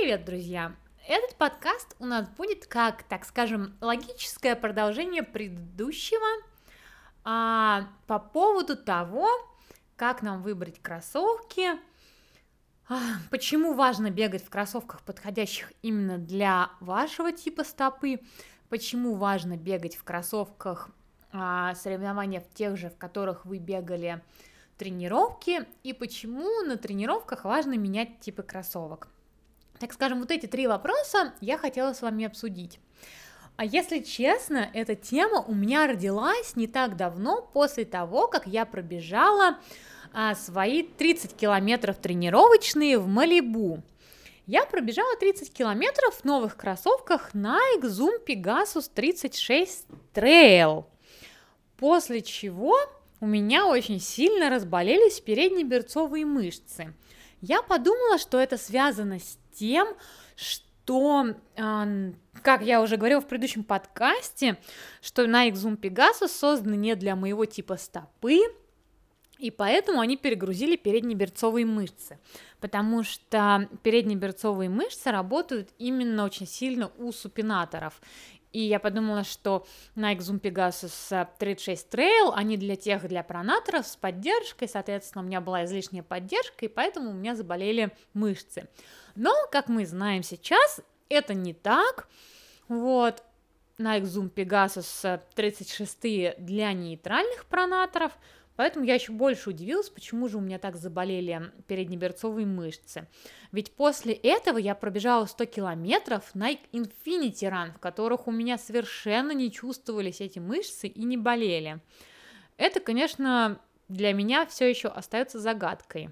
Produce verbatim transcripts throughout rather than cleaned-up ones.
Привет, друзья! Этот подкаст у нас будет как, так скажем, логическое продолжение предыдущего а, по поводу того, как нам выбрать кроссовки, а, почему важно бегать в кроссовках, подходящих именно для вашего типа стопы, почему важно бегать в кроссовках а, соревнования в тех же, в которых вы бегали тренировки, и почему на тренировках важно менять типы кроссовок. Так скажем, вот эти три вопроса я хотела с вами обсудить. А если честно, эта тема у меня родилась не так давно, после того, как я пробежала а, свои тридцать километров тренировочные в Малибу. Я пробежала тридцать километров в новых кроссовках Nike Zoom Pegasus тридцать шесть Trail, после чего у меня очень сильно разболелись переднеберцовые мышцы. Я подумала, что это связано с тем, что, э, как я уже говорила в предыдущем подкасте, что Nike Zoom Pegasus созданы не для моего типа стопы, и поэтому они перегрузили переднеберцовые мышцы, потому что переднеберцовые мышцы работают именно очень сильно у супинаторов. И я подумала, что Nike Zoom Pegasus тридцать шесть Trail, они для тех, для пронаторов с поддержкой, соответственно, у меня была излишняя поддержка, и поэтому у меня заболели мышцы. Но, как мы знаем сейчас, это не так. Вот, Nike Zoom Pegasus тридцать шесть для нейтральных пронаторов, поэтому я еще больше удивилась, почему же у меня так заболели переднеберцовые мышцы. Ведь после этого я пробежала сто километров Nike Infinity Run, в которых у меня совершенно не чувствовались эти мышцы и не болели. Это, конечно, для меня все еще остается загадкой.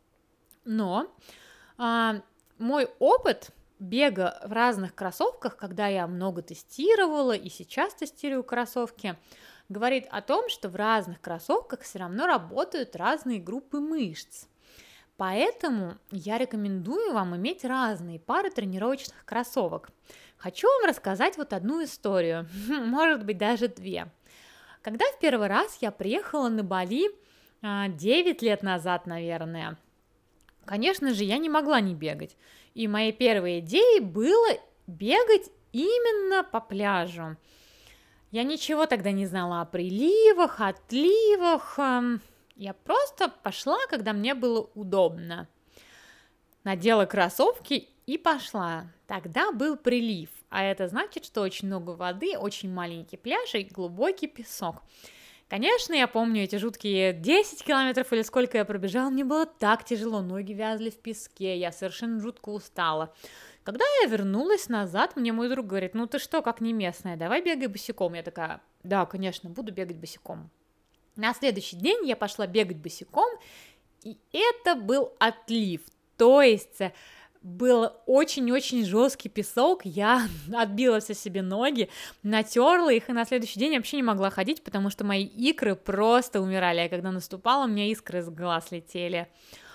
Но а, мой опыт бега в разных кроссовках, когда я много тестировала и сейчас тестирую кроссовки, говорит о том, что в разных кроссовках все равно работают разные группы мышц. Поэтому я рекомендую вам иметь разные пары тренировочных кроссовок. Хочу вам рассказать вот одну историю, может быть даже две. Когда в первый раз я приехала на Бали девять лет назад, наверное, конечно же, я не могла не бегать. И моей первой идеей было бегать именно по пляжу. Я ничего тогда не знала о приливах, отливах. Я просто пошла, когда мне было удобно. Надела кроссовки и пошла. Тогда был прилив, а это значит, что очень много воды, очень маленький пляж и глубокий песок. Конечно, я помню эти жуткие десять километров или сколько я пробежала, мне было так тяжело, ноги вязли в песке, я совершенно жутко устала. Когда я вернулась назад, мне мой друг говорит: ну ты что, как не местная, давай бегай босиком. Я такая: да, конечно, буду бегать босиком. На следующий день я пошла бегать босиком, и это был отлив, то есть был очень-очень жесткий песок, я отбила все себе ноги, натерла их, и на следующий день я вообще не могла ходить, потому что мои икры просто умирали, а когда наступала, у меня искры из глаз летели.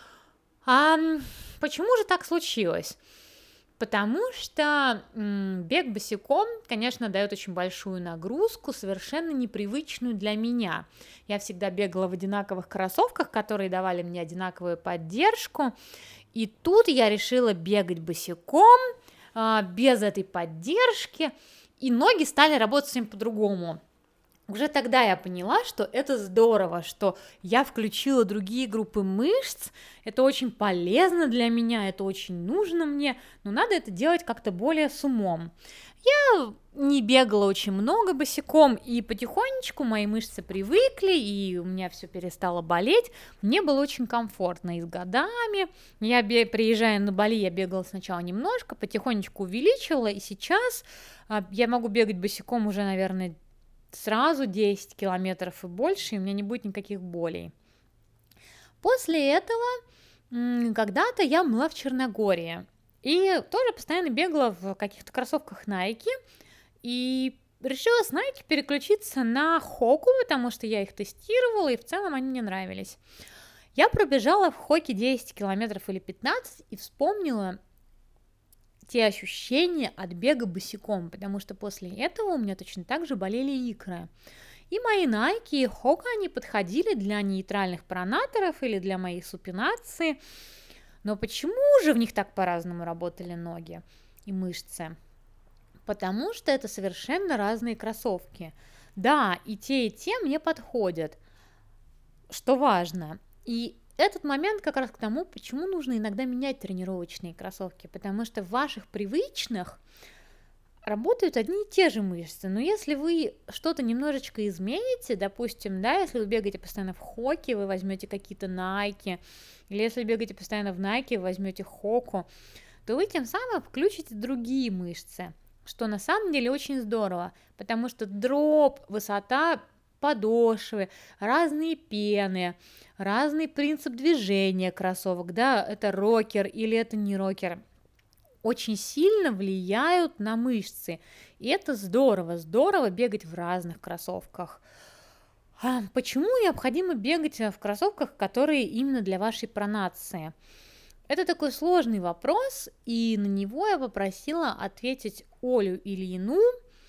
А почему же так случилось? Потому что м, бег босиком, конечно, дает очень большую нагрузку, совершенно непривычную для меня. Я всегда бегала в одинаковых кроссовках, которые давали мне одинаковую поддержку, и тут я решила бегать босиком, э, без этой поддержки, и ноги стали работать совсем по-другому. Уже тогда я поняла, что это здорово, что я включила другие группы мышц, это очень полезно для меня, это очень нужно мне, но надо это делать как-то более с умом. Я не бегала очень много босиком, и потихонечку мои мышцы привыкли, и у меня все перестало болеть, мне было очень комфортно, и с годами, я, приезжая на Бали, я бегала сначала немножко, потихонечку увеличивала, и сейчас я могу бегать босиком уже, наверное, сразу десять километров и больше, и у меня не будет никаких болей. После этого когда-то я была в Черногории, и тоже постоянно бегала в каких-то кроссовках Nike, и решила с Nike переключиться на Hoka, потому что я их тестировала, и в целом они мне нравились. Я пробежала в Hoka десять километров или пятнадцать, и вспомнила те ощущения от бега босиком, потому что после этого у меня точно так же болели икры. И мои Nike и Hoka, они подходили для нейтральных пронаторов или для моей супинации, Но почему же в них так по-разному работали ноги и мышцы? Потому что это совершенно разные кроссовки. Да, и те, и те мне подходят, что важно. И этот момент как раз к тому, почему нужно иногда менять тренировочные кроссовки, потому что в ваших привычных работают одни и те же мышцы, но если вы что-то немножечко измените, допустим, да, если вы бегаете постоянно в хоке, вы возьмете какие-то Nike, или если бегаете постоянно в Nike, вы возьмете Хоку, то вы тем самым включите другие мышцы, что на самом деле очень здорово, потому что дроп, высота подошвы, разные пены, разный принцип движения кроссовок, да, это рокер или это не рокер, очень сильно влияют на мышцы. И это здорово, здорово бегать в разных кроссовках. А почему необходимо бегать в кроссовках, которые именно для вашей пронации? Это такой сложный вопрос, и на него я попросила ответить Олю Ильину,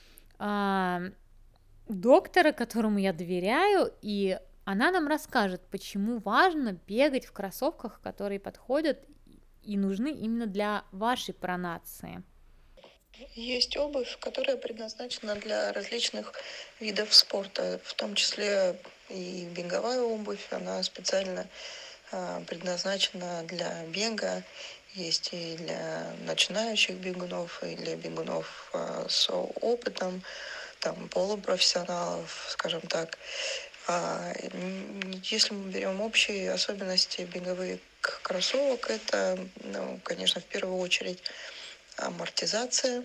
а, доктора, которому я доверяю, и она нам расскажет, почему важно бегать в кроссовках, которые подходят и нужны именно для вашей пронации. Есть обувь, которая предназначена для различных видов спорта, в том числе и беговая обувь, она специально а, предназначена для бега. Есть и для начинающих бегунов, и для бегунов а, с опытом, там, полупрофессионалов, скажем так. А, если мы берем общие особенности беговых кроссовок, это, ну, конечно, в первую очередь амортизация,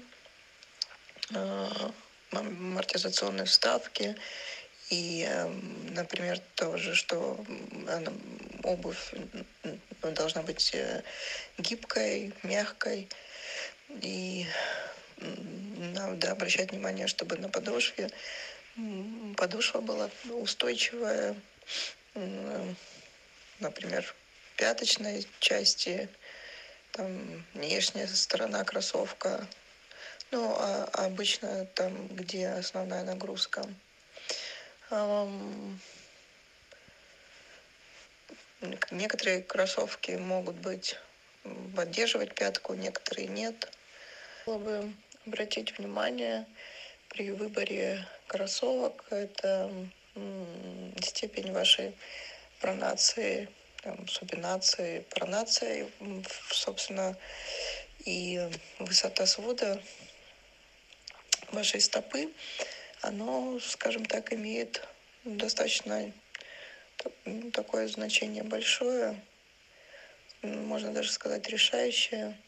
а, амортизационные вставки и, эм, например, тоже, что она, обувь должна быть э, гибкой, мягкой, и надо обращать внимание, чтобы на подошве подошва была устойчивая, например, в пяточной части, там внешняя сторона кроссовка. Ну, а обычно там, где основная нагрузка. Ам, Некоторые кроссовки могут быть поддерживать пятку, некоторые нет. Было бы обратить внимание при выборе кроссовок, это степень вашей пронации, там, супинации, пронации, собственно, и высота свода вашей стопы, оно, скажем так, имеет достаточно такое значение большое, можно даже сказать решающее.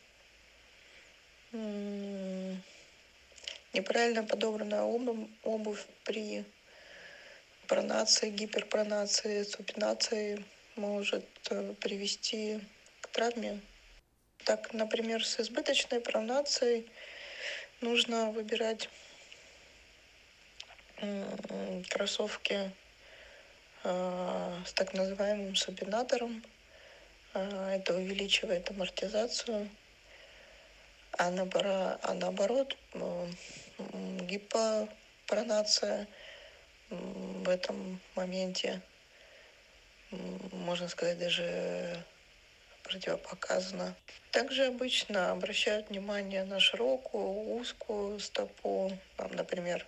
Неправильно подобранная обувь при пронации, гиперпронации, супинации может привести к травме. Так, например, с избыточной пронацией нужно выбирать кроссовки с так называемым супинатором. Это увеличивает амортизацию. А наоборот, а наоборот гипопронация в этом моменте, можно сказать, даже противопоказано. Также обычно обращают внимание на широкую, узкую стопу. Там, например,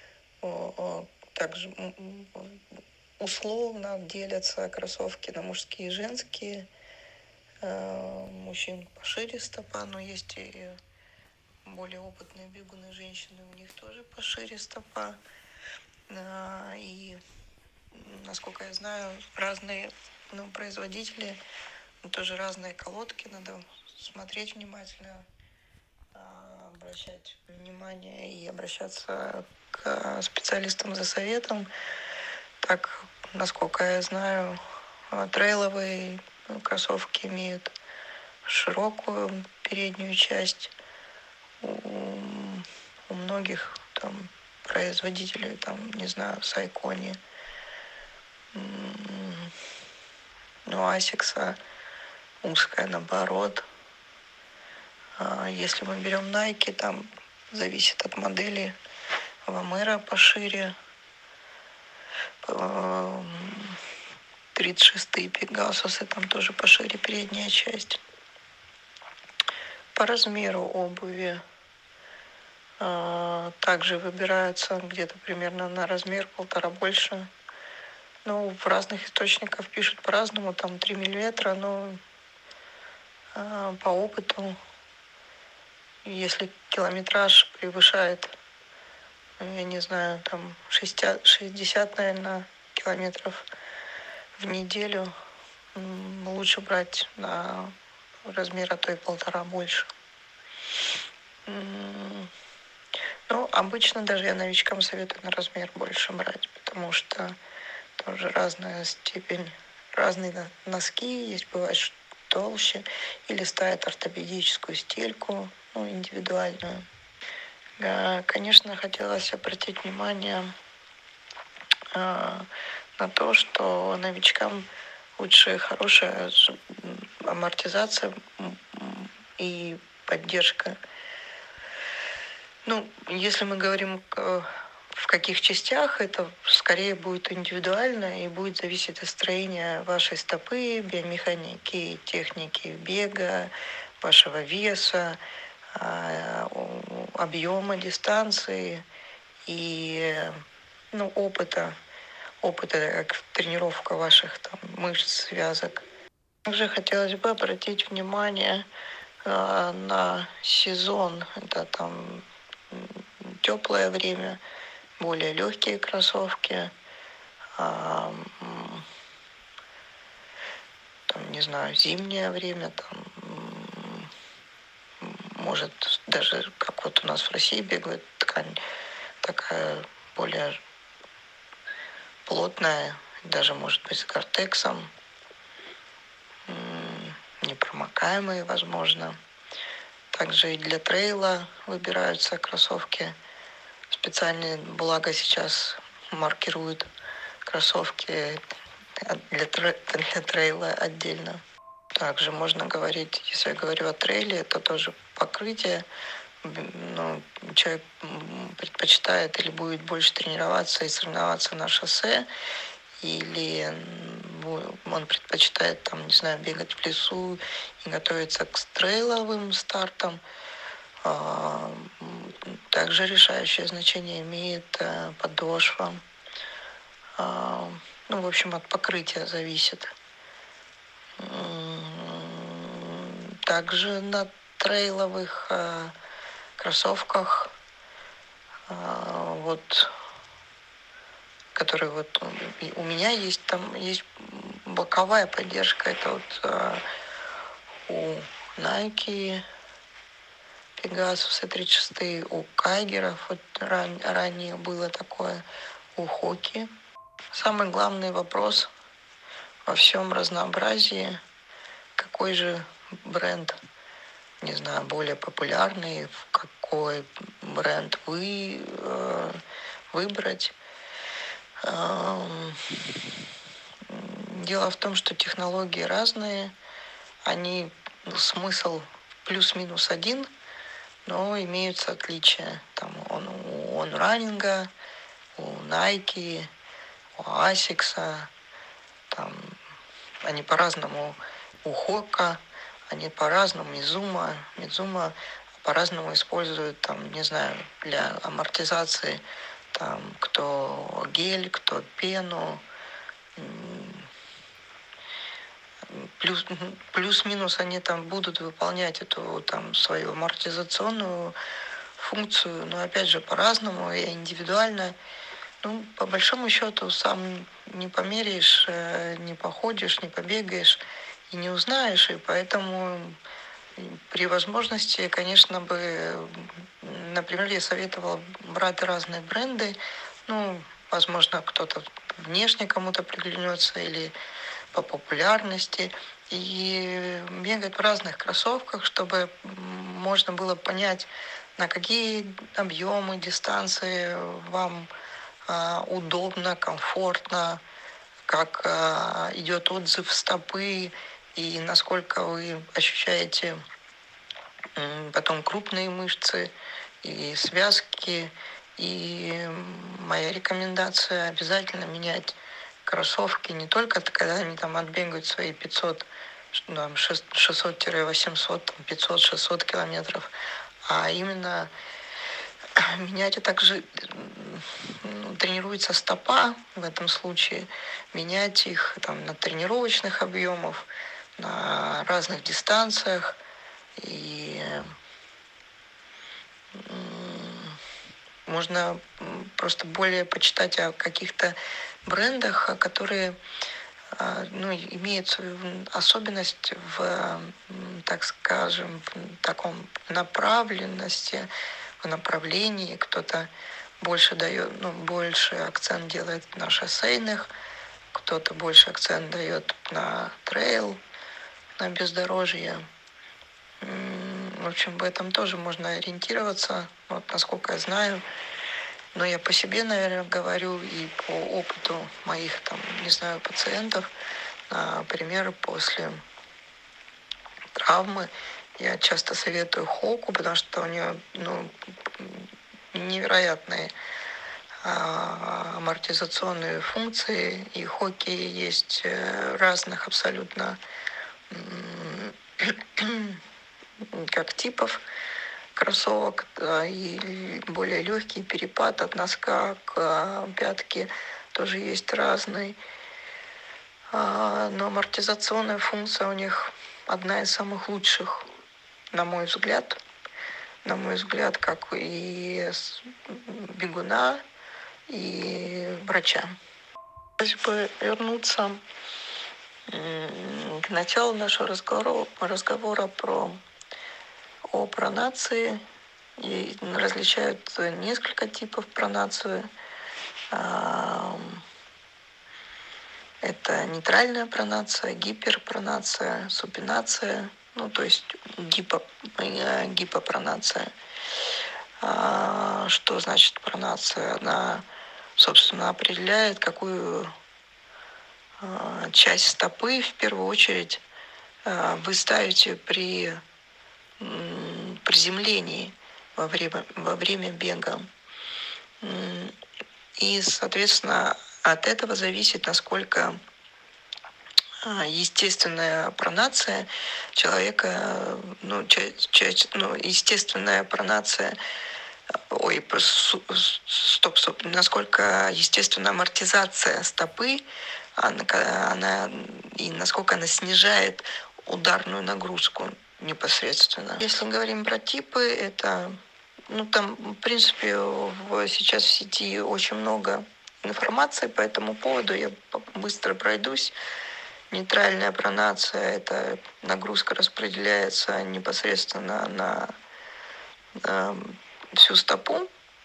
также условно делятся кроссовки на мужские и женские. Мужчин пошире стопа, но есть и более опытные бегуны женщины, у них тоже пошире стопа. И, насколько я знаю, разные, ну, производители, тоже разные колодки, надо смотреть внимательно, обращать внимание и обращаться к специалистам за советом. Так, насколько я знаю, трейловые кроссовки имеют широкую переднюю часть. У, у многих там производителей, там, не знаю, Сайкони, ну, Асикса узкая наоборот. Если мы берем Nike, там зависит от модели. Вамера пошире. тридцать шестые Пегасусы, там тоже пошире передняя часть. по размеру обуви. А, Также выбираются где-то примерно на размер полтора больше. Ну, в разных источниках пишут по-разному, там три миллиметра, но а, по опыту, если километраж превышает, ну, я не знаю, там шестьдесят, шестьдесят, наверное, километров в неделю, м, лучше брать на размер, а то и полтора больше. М, Ну, обычно даже я новичкам советую на размер больше брать, потому что тоже разная степень, разные на- носки есть, бывает что толще, или ставят ортопедическую стельку, ну, индивидуальную. А, Конечно, хотелось обратить внимание а, на то, что новичкам лучше хорошая ж- м, амортизация м, м, и поддержка. Ну, если мы говорим э, в каких частях, это скорее будет индивидуально и будет зависеть от строения вашей стопы, биомеханики, техники бега, вашего веса, а, о- объема дистанции и ну, опыта, опыта как тренировка ваших там, мышц, связок. Также хотелось бы обратить внимание а, на сезон. Это там теплое время, более легкие кроссовки, а, м, там, не знаю, зимнее время, там, м, может, даже как вот у нас в России бегает ткань такая более плотная, даже может быть с гортексом, м, непромокаемые, возможно. Также и для трейла выбираются кроссовки специальные, благо сейчас маркируют кроссовки для, тре- для трейла отдельно. Также можно говорить, если я говорю о трейле, это тоже покрытие. М, Ну, человек м, предпочитает или будет больше тренироваться и соревноваться на шоссе, или м, бу- он предпочитает, там, не знаю, бегать в лесу и готовиться к трейловым стартам. А, м, Также решающее значение имеет э, подошва. А, Ну, в общем, от покрытия зависит. М, Также на трейловых э, кроссовках, а, вот, которые вот у и у меня есть, там есть боковая поддержка. Это вот э, у Nike Pegasus тридцать шесть, у Кайгеров вот ран- ранее было такое, у Хоки. Самый главный вопрос во всем разнообразии, какой же бренд, не знаю, более популярный, в какой бренд вы э, выбрать. Ам, Дело в том, что технологии разные, они ну, смысл плюс-минус один, но имеются отличия. Там он, у онранинга, у Nike, у Asics, там они по-разному, у Хока, они по-разному, Мизума, Мидзума по-разному используют, там, не знаю, для амортизации, там, кто гель, кто пену, плюс, плюс-минус они там будут выполнять эту там свою амортизационную функцию, но опять же по-разному и индивидуально. Ну, по большому счету, сам не померяешь, э, не походишь, не побегаешь и не узнаешь, и поэтому при возможности, конечно, бы, например, я советовала брать разные бренды, ну, возможно, кто-то внешне кому-то приглянется или по популярности, и бегать в разных кроссовках, чтобы можно было понять, на какие объемы, дистанции вам а, удобно, комфортно, как а, идет отзыв стопы и насколько вы ощущаете м, потом крупные мышцы и связки. И моя рекомендация обязательно менять кроссовки не только когда они там отбегают свои пятьсот шестьсот-восемьсот, пятьсот-шестьсот километров, а именно менять, а также ну, тренируется стопа в этом случае, менять их там, на тренировочных объемах, на разных дистанциях. И можно просто более почитать о каких-то брендах, которые ну, имеют свою особенность в, так скажем, в таком направленности, в направлении. Кто-то больше дает, ну, больше акцент делает на шоссейных, кто-то больше акцент дает на трейл, на бездорожье. В общем, в этом тоже можно ориентироваться, вот, насколько я знаю. Но я по себе, наверное, говорю и по опыту моих, там, не знаю, пациентов. Например, после травмы я часто советую Хоку, потому что у нее ну, невероятные а, амортизационные функции. И хоки есть разных абсолютно как типов кроссовок, да, и более легкий перепад от носка к пятке тоже есть разный. Но амортизационная функция у них одна из самых лучших, на мой взгляд. На мой взгляд, как и бегуна, и врача. Если вернуться к началу нашего разговора, разговора про о пронации, и различают несколько типов пронации. Это нейтральная пронация, гиперпронация, супинация, ну то есть гипо, гипопронация. Что значит пронация? Она, собственно, определяет, какую часть стопы в первую очередь вы ставите при приземлении во время, во время бега. И, соответственно, от этого зависит, насколько естественная пронация человека, ну, часть, ну естественная пронация, ой, стоп, стоп, насколько естественная амортизация стопы, она, она и насколько она снижает ударную нагрузку непосредственно. Если говорим про типы, это, ну, там, в принципе, сейчас в сети очень много информации по этому поводу, я быстро пройдусь. Нейтральная пронация – это нагрузка распределяется непосредственно на, на всю стопу.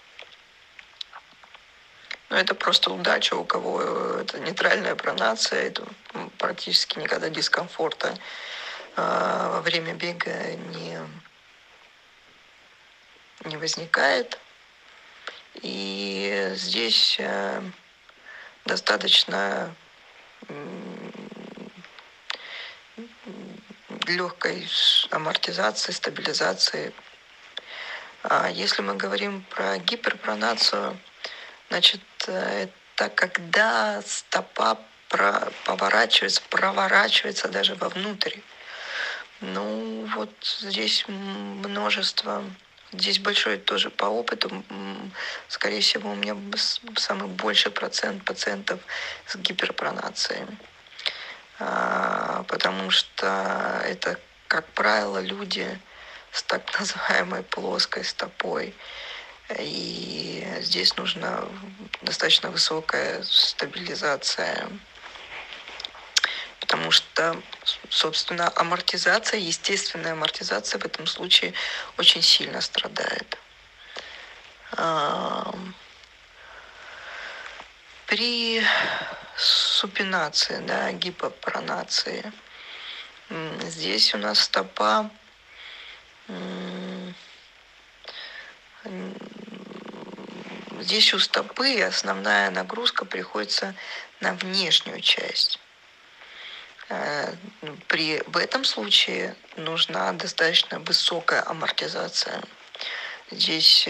Но это просто удача, у кого это нейтральная пронация, это практически никогда дискомфорта а, во время бега не, не возникает. И здесь а, достаточно легкой амортизации, стабилизации. А если мы говорим про гиперпронацию, значит, это когда стопа поворачивается, проворачивается даже вовнутрь. Ну, вот здесь множество, здесь большой тоже по опыту, скорее всего, у меня самый большой процент пациентов с гиперпронацией. Потому что это, как правило, люди с так называемой плоской стопой. И здесь нужна достаточно высокая стабилизация. Потому что, собственно, амортизация, естественная амортизация в этом случае очень сильно страдает. При супинации, да, гипопронации, здесь у нас стопа здесь у стопы основная нагрузка приходится на внешнюю часть. При, в этом случае нужна достаточно высокая амортизация. Здесь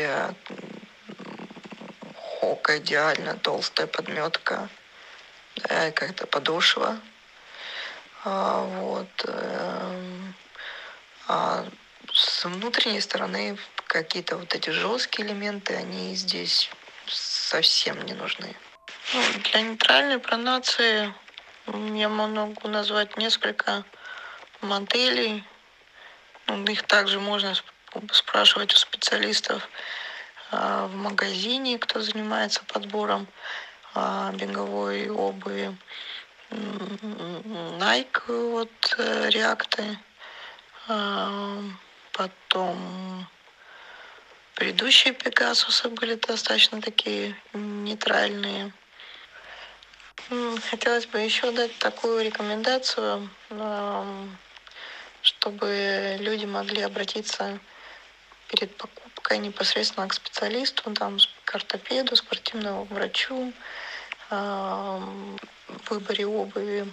хока идеально, толстая подметка, да, как-то подошва. А, вот. эм, А с внутренней стороны какие-то вот эти жесткие элементы, они здесь совсем не нужны. Ну, для нейтральной пронации м, я могу назвать несколько моделей. Ну, их также можно сп- спрашивать у специалистов а, в магазине, кто занимается подбором а, беговой обуви. М, Nike, вот, э, реакты. А, Потом предыдущие Пегасусы были достаточно такие нейтральные. М, Хотелось бы еще дать такую рекомендацию, ам, чтобы люди могли обратиться перед покупкой непосредственно к специалисту, там, с- к ортопеду, спортивному врачу, ам, в выборе обуви.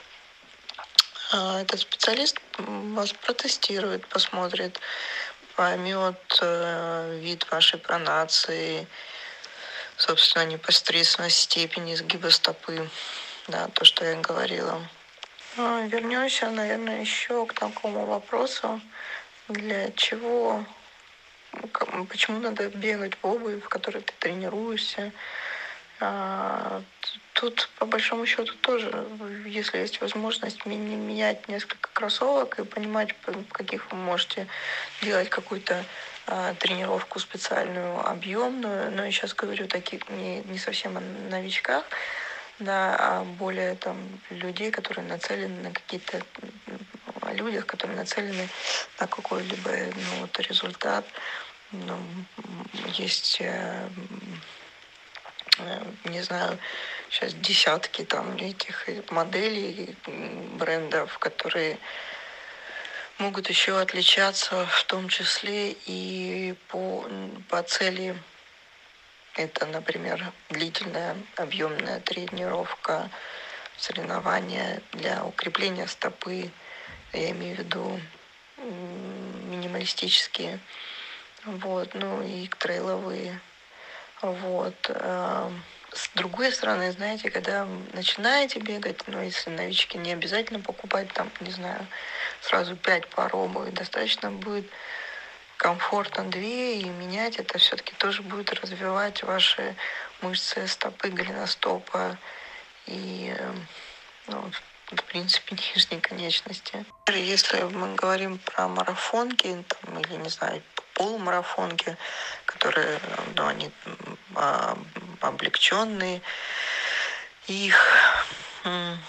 А, Этот специалист м, вас протестирует, посмотрит, поймет э, вид вашей пронации, собственно, непосредственно степень изгиба стопы, да, то, что я говорила. А, Вернемся, наверное, еще к такому вопросу, для чего, ну, к- почему надо бегать в обуви, в которой ты тренируешься. А, т- Тут, по большому счету, тоже, если есть возможность ми- менять несколько кроссовок и понимать, п- в каких вы можете делать какую-то а, тренировку специальную, объемную. Но я сейчас говорю таких не, не совсем о новичках, да, а более там людей, которые нацелены на какие-то м, о людях, которые нацелены на какой-либо ну, вот, результат. Ну, м, есть э, э, не знаю, сейчас десятки там этих моделей, м, брендов, которые могут еще отличаться, в том числе и по, по цели. Это, например, длительная объемная тренировка, соревнования для укрепления стопы, я имею в виду м, минималистические, вот, ну и трейловые. Вот. а, С другой стороны, знаете, когда начинаете бегать, ну, если новички, не обязательно покупать там, не знаю, сразу пять пар обуви, достаточно будет комфортно две, и менять это все-таки тоже будет развивать ваши мышцы стопы, голеностопа и, э, ну, в принципе, нижней конечности. Если мы говорим про марафонки, там, или, не знаю, полумарафонки, которые, ну, они м, а, облегченные, их м,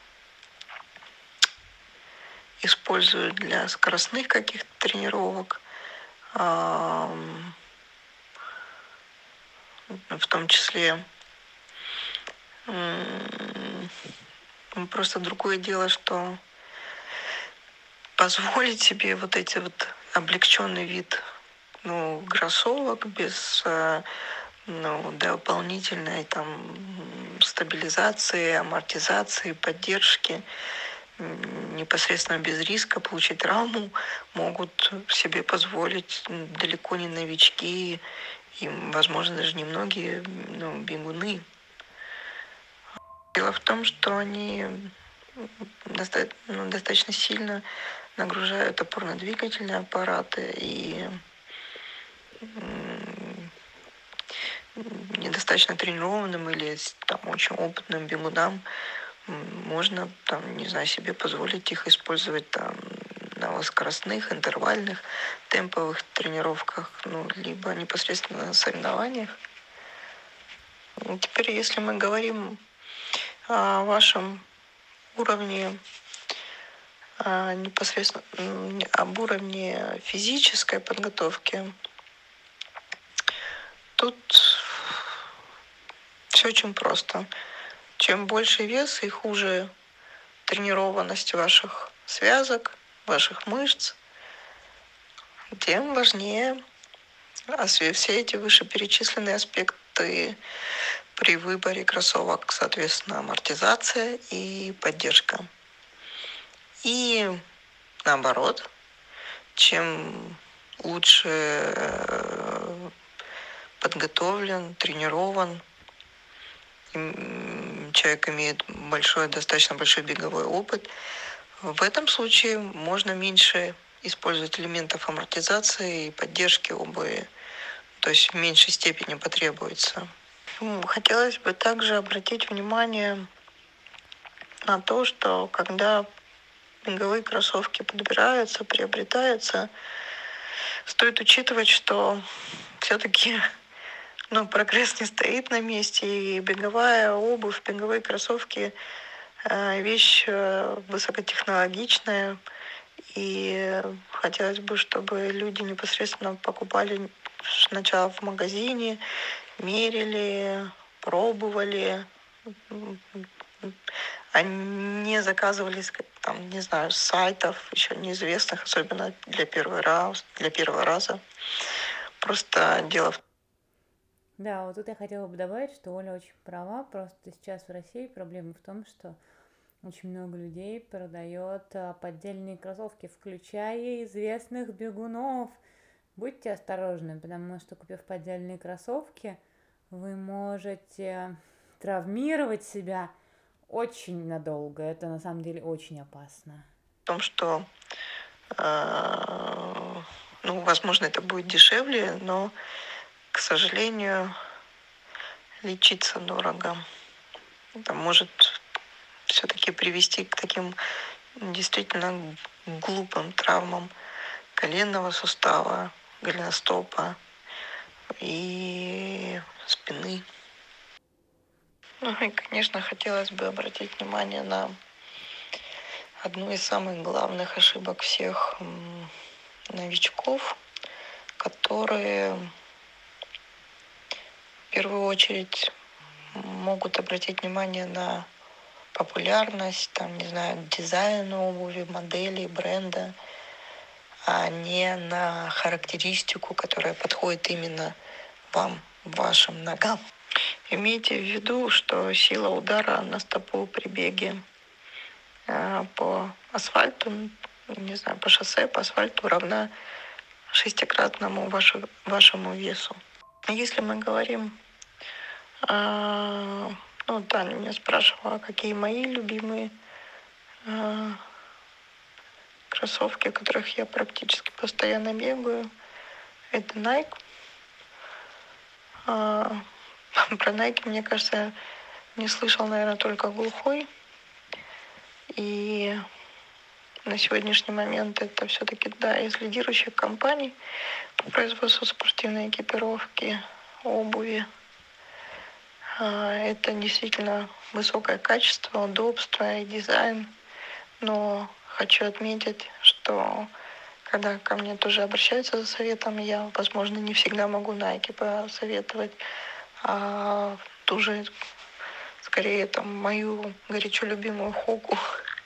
используют для скоростных каких-то тренировок, ам, в том числе. М, Просто другое дело, что позволить себе вот эти вот облегченный вид, ну, кроссовок без э, ну, дополнительной там м, стабилизации, амортизации, поддержки, м, непосредственно без риска получить травму, могут себе позволить м, далеко не новички и, возможно, даже немногие ну, бегуны. Дело в том, что они м, доста- ну, достаточно сильно нагружают опорно-двигательные аппараты и м, недостаточно тренированным или с- там очень опытным бегунам м, можно там, не знаю, себе позволить их использовать там на скоростных, интервальных, темповых тренировках, ну, либо непосредственно на соревнованиях. И теперь, если мы говорим о вашем уровне, а, непосредственно м, об уровне физической подготовки, тут все очень просто. Чем больше вес и хуже тренированность ваших связок, ваших мышц, тем важнее а все все эти вышеперечисленные аспекты при выборе кроссовок, соответственно, амортизация и поддержка. И наоборот, чем лучше э, подготовлен, тренирован, м, человек имеет большой, достаточно большой беговой опыт, В этом случае можно меньше использовать элементов амортизации и поддержки обуви, то есть в меньшей степени потребуется. Хотелось бы также обратить внимание на то, что когда беговые кроссовки подбираются, приобретаются, стоит учитывать, что все-таки ну, прогресс не стоит на месте, и беговая обувь, беговые кроссовки э, вещь э, высокотехнологичная, и хотелось бы, чтобы люди непосредственно покупали сначала в магазине, мерили, пробовали, а не заказывали с, там, не знаю, с сайтов еще неизвестных, особенно для первого раза, для первого раза. Просто дело в Да, вот тут я хотела бы добавить, что Оля очень права, просто сейчас в России проблема в том, что очень много людей продает а, поддельные кроссовки, включая известных бегунов. Будьте осторожны, потому что, купив поддельные кроссовки, вы можете травмировать себя очень надолго. Это на самом деле очень опасно. том, что, э, ну, возможно, это будет дешевле, но, к сожалению, лечиться дорого. Это может все-таки привести к таким действительно глупым травмам коленного сустава, голеностопа и спины. Ну и, конечно, хотелось бы обратить внимание на одну из самых главных ошибок всех новичков, которые в первую очередь могут обратить внимание на популярность, там, не знаю, дизайн обуви, модели, бренда, а не на характеристику, которая подходит именно вам, вашим ногам. Имейте в виду, что сила удара на стопу при беге э, по асфальту, не знаю, по шоссе, по асфальту равна шестикратному вашу, вашему весу. Если мы говорим, э, ну, Таня меня спрашивала, какие мои любимые э, кроссовки, в которых я практически постоянно бегаю, это Nike. Э, про Nike, мне кажется, не слышал, наверное, только глухой. И на сегодняшний момент это все-таки, да, из лидирующих компаний по производству спортивной экипировки, обуви. Это действительно высокое качество, удобство и дизайн. Но хочу отметить, что когда ко мне тоже обращаются за советом, я, возможно, не всегда могу Nike посоветовать, а ту же, скорее, там, мою горячо любимую Хоку.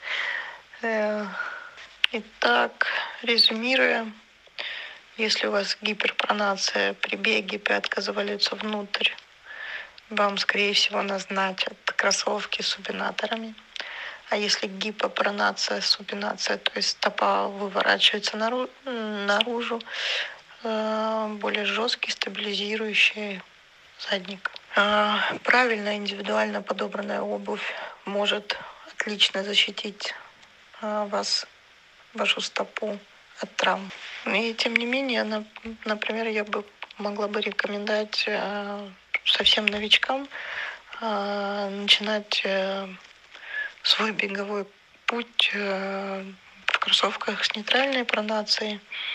Итак, резюмируя, если у вас гиперпронация при беге, пятка завалится внутрь, вам, скорее всего, назначат кроссовки с супинаторами. А если гипопронация, супинация, то есть стопа выворачивается нару- наружу, более жесткий, стабилизирующий задник. Правильно, индивидуально подобранная обувь может отлично защитить вас, вашу стопу от травм. И тем не менее, например, я бы могла бы рекомендовать совсем новичкам начинать свой беговой путь в кроссовках с нейтральной пронацией.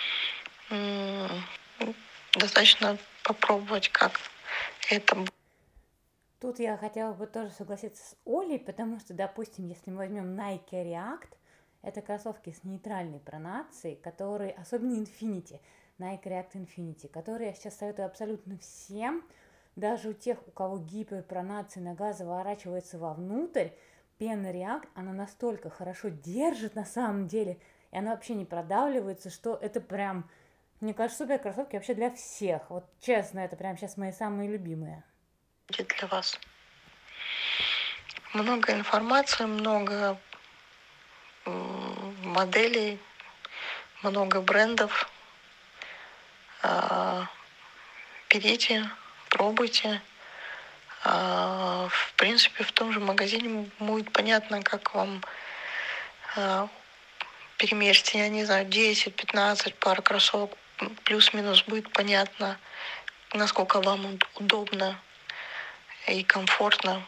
Достаточно попробовать, как это. Тут я хотела бы тоже согласиться с Олей, потому что, допустим, если мы возьмем Nike React, это кроссовки с нейтральной пронацией, которые, особенно Infinity, Nike React Infinity, которые я сейчас советую абсолютно всем, даже у тех, у кого гиперпронация, нога заворачивается вовнутрь, пена React, она настолько хорошо держит на самом деле, и она вообще не продавливается, что это прям, мне кажется, супер кроссовки вообще для всех. Вот честно, это прям сейчас мои самые любимые. Для вас много информации, много моделей, много брендов. Берите, пробуйте. В принципе, в том же магазине будет понятно, как вам перемерьте, я не знаю, десять-пятнадцать пар кроссовок, плюс-минус будет понятно, насколько вам удобно и комфортно.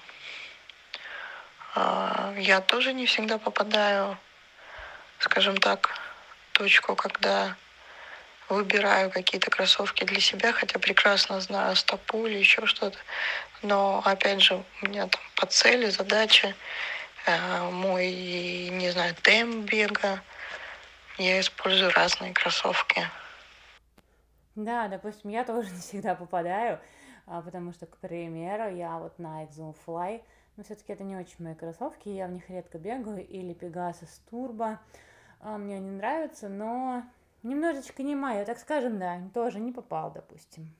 Я тоже не всегда попадаю, скажем так, в точку, когда выбираю какие-то кроссовки для себя, хотя прекрасно знаю стопу или еще что-то. Но, опять же, у меня там по цели, задачи, мой, не знаю, темп бега, я использую разные кроссовки. Да, допустим, я тоже не всегда попадаю, потому что, к примеру, я вот Nike Zoom Fly, но все-таки это не очень мои кроссовки, я в них редко бегаю, или Pegasus Turbo, мне они нравятся, но немножечко не мои, так скажем, да, тоже не попал, допустим.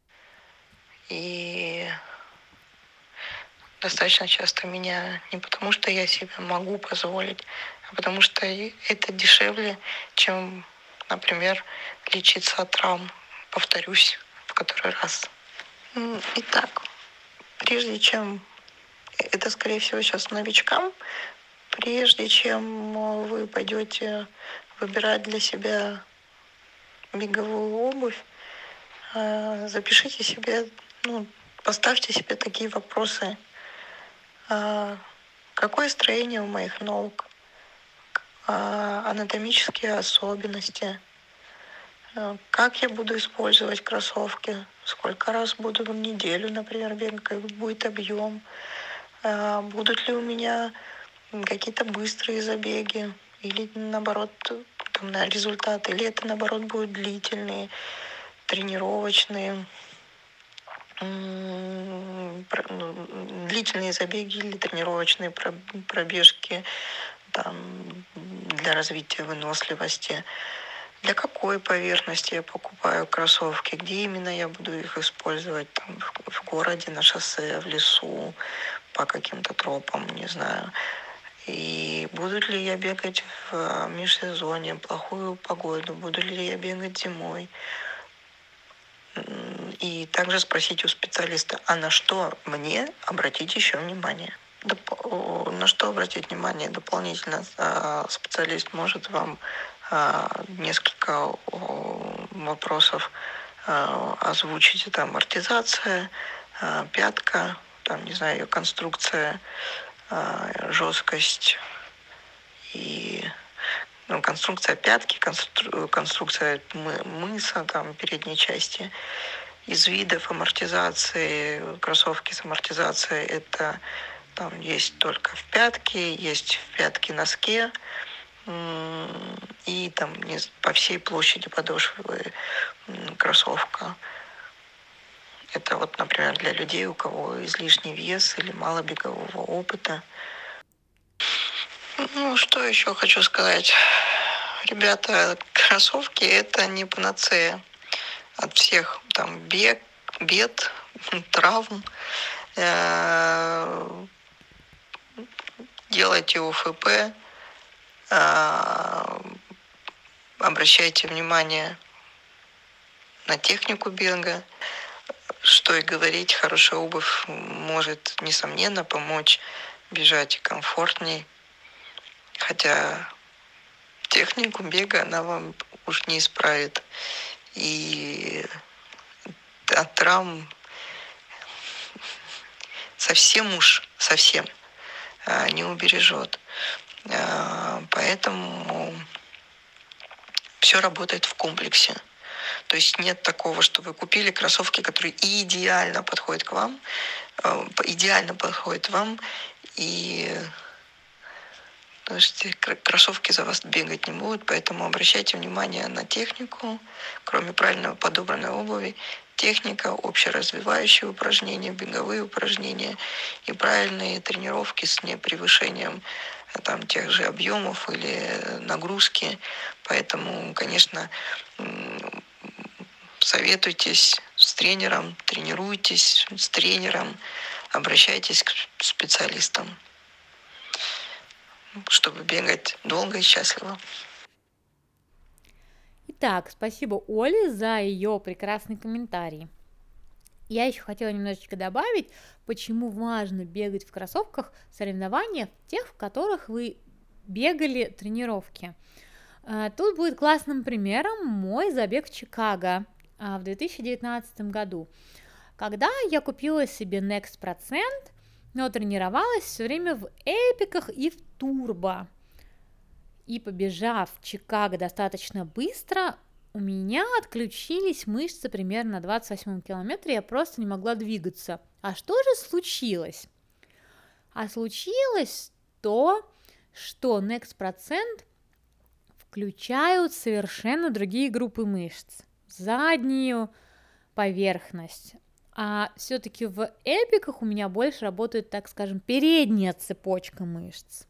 И достаточно часто меня не потому, что я себе могу позволить, а потому что это дешевле, чем, например, лечиться от травм. Повторюсь в который раз. Итак, прежде чем, это, скорее всего, сейчас новичкам, прежде чем вы пойдете выбирать для себя беговую обувь, запишите себе, ну, поставьте себе такие вопросы. Какое строение у моих ног? Анатомические особенности? Как я буду использовать кроссовки? Сколько раз буду в неделю, например, бегать? Какой будет объем? Будут ли у меня какие-то быстрые забеги? Или наоборот, там, на результат? Или это наоборот будут длительные, тренировочные? Длительные забеги или тренировочные пробежки там, для развития выносливости. Для какой поверхности я покупаю кроссовки, где именно я буду их использовать, там, в, в городе, на шоссе, в лесу, по каким-то тропам, не знаю. И буду ли я бегать в межсезонье, плохую погоду, буду ли я бегать зимой. И также спросить у специалиста, а на что мне обратить еще внимание? Доп- на что обратить внимание дополнительно? Специалист может вам несколько вопросов озвучить. Это амортизация, пятка, там, не знаю, ее конструкция, жесткость и ну, конструкция пятки, констру, конструкция мыса, там, передней части. Из видов амортизации, кроссовки с амортизацией, это там есть только в пятке, есть в пятке-носке, и там по всей площади подошвы кроссовка. Это вот, например, для людей, у кого излишний вес или мало бегового опыта. Ну, что еще хочу сказать? Ребята, кроссовки – это не панацея от всех там бед, бед, травм. Делайте ОФП, обращайте внимание на технику бега. Что и говорить, хорошая обувь может, несомненно, помочь бежать комфортней. Хотя технику бега она вам уж не исправит. И от травм совсем уж, совсем не убережет. Поэтому все работает в комплексе. То есть нет такого, что вы купили кроссовки, которые идеально подходят к вам, идеально подходят вам, и кроссовки за вас бегать не будут, поэтому обращайте внимание на технику, кроме правильно подобранной обуви, техника, общеразвивающие упражнения, беговые упражнения и правильные тренировки с непревышением там, тех же объемов или нагрузки. Поэтому, конечно, советуйтесь с тренером, тренируйтесь с тренером, обращайтесь к специалистам, чтобы бегать долго и счастливо. Итак, спасибо Оле за ее прекрасный комментарий. Я еще хотела немножечко добавить, почему важно бегать в кроссовках соревнования, тех, в которых вы бегали тренировки. Тут будет классным примером мой забег в Чикаго в две тысячи девятнадцатом году, когда я купила себе Next процент, но тренировалась все время в эпиках и в турбо. И побежав в Чикаго достаточно быстро, у меня отключились мышцы примерно на двадцать восьмом километре, я просто не могла двигаться. А что же случилось? А случилось то, что Next процент включают совершенно другие группы мышц, заднюю поверхность. А все-таки в эпиках у меня больше работает, так скажем, передняя цепочка мышц.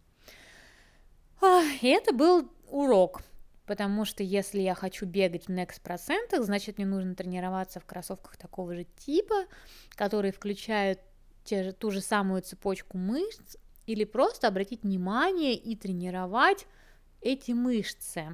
И это был урок, потому что если я хочу бегать в Next процентах, значит мне нужно тренироваться в кроссовках такого же типа, которые включают те же, ту же самую цепочку мышц, или просто обратить внимание и тренировать эти мышцы.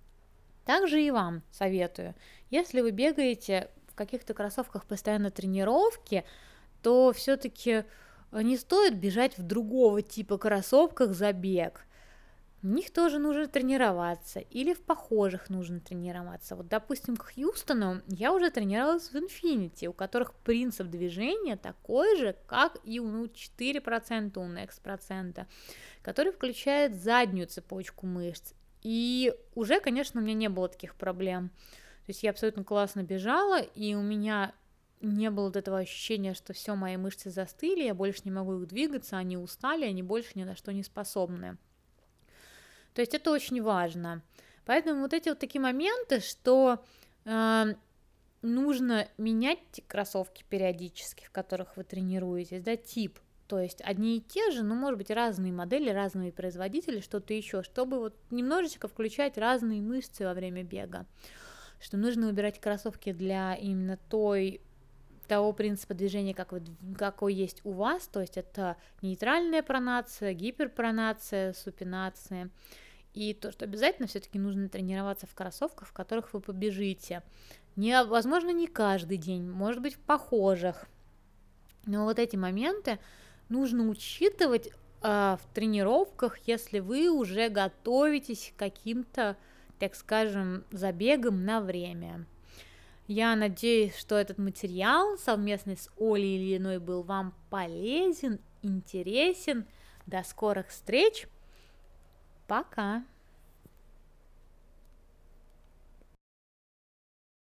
Также и вам советую, если вы бегаете в каких-то кроссовках постоянно тренировки, то все-таки не стоит бежать в другого типа кроссовках за бег. В них тоже нужно тренироваться, или в похожих нужно тренироваться. Вот, допустим, к Хьюстону я уже тренировалась в Infinity, у которых принцип движения такой же, как и у четыре процента, у Next процента, который включает заднюю цепочку мышц. И уже, конечно, у меня не было таких проблем. То есть я абсолютно классно бежала, и у меня не было вот этого ощущения, что все, мои мышцы застыли, я больше не могу их двигаться, они устали, они больше ни на что не способны. То есть это очень важно. Поэтому вот эти вот такие моменты, что э, нужно менять кроссовки периодически, в которых вы тренируетесь, да, тип. То есть одни и те же, но, может быть, разные модели, разные производители, что-то еще, чтобы вот немножечко включать разные мышцы во время бега. Что нужно выбирать кроссовки для именно той, того принципа движения, как вы, какой есть у вас, то есть это нейтральная пронация, гиперпронация, супинация. И то, что обязательно все-таки нужно тренироваться в кроссовках, в которых вы побежите. Не, возможно, не каждый день, может быть, в похожих. Но вот эти моменты нужно учитывать э, в тренировках, если вы уже готовитесь к каким-то, так скажем, забегам на время. Я надеюсь, что этот материал совместно с Олей Ильиной был вам полезен, интересен. До скорых встреч. Пока.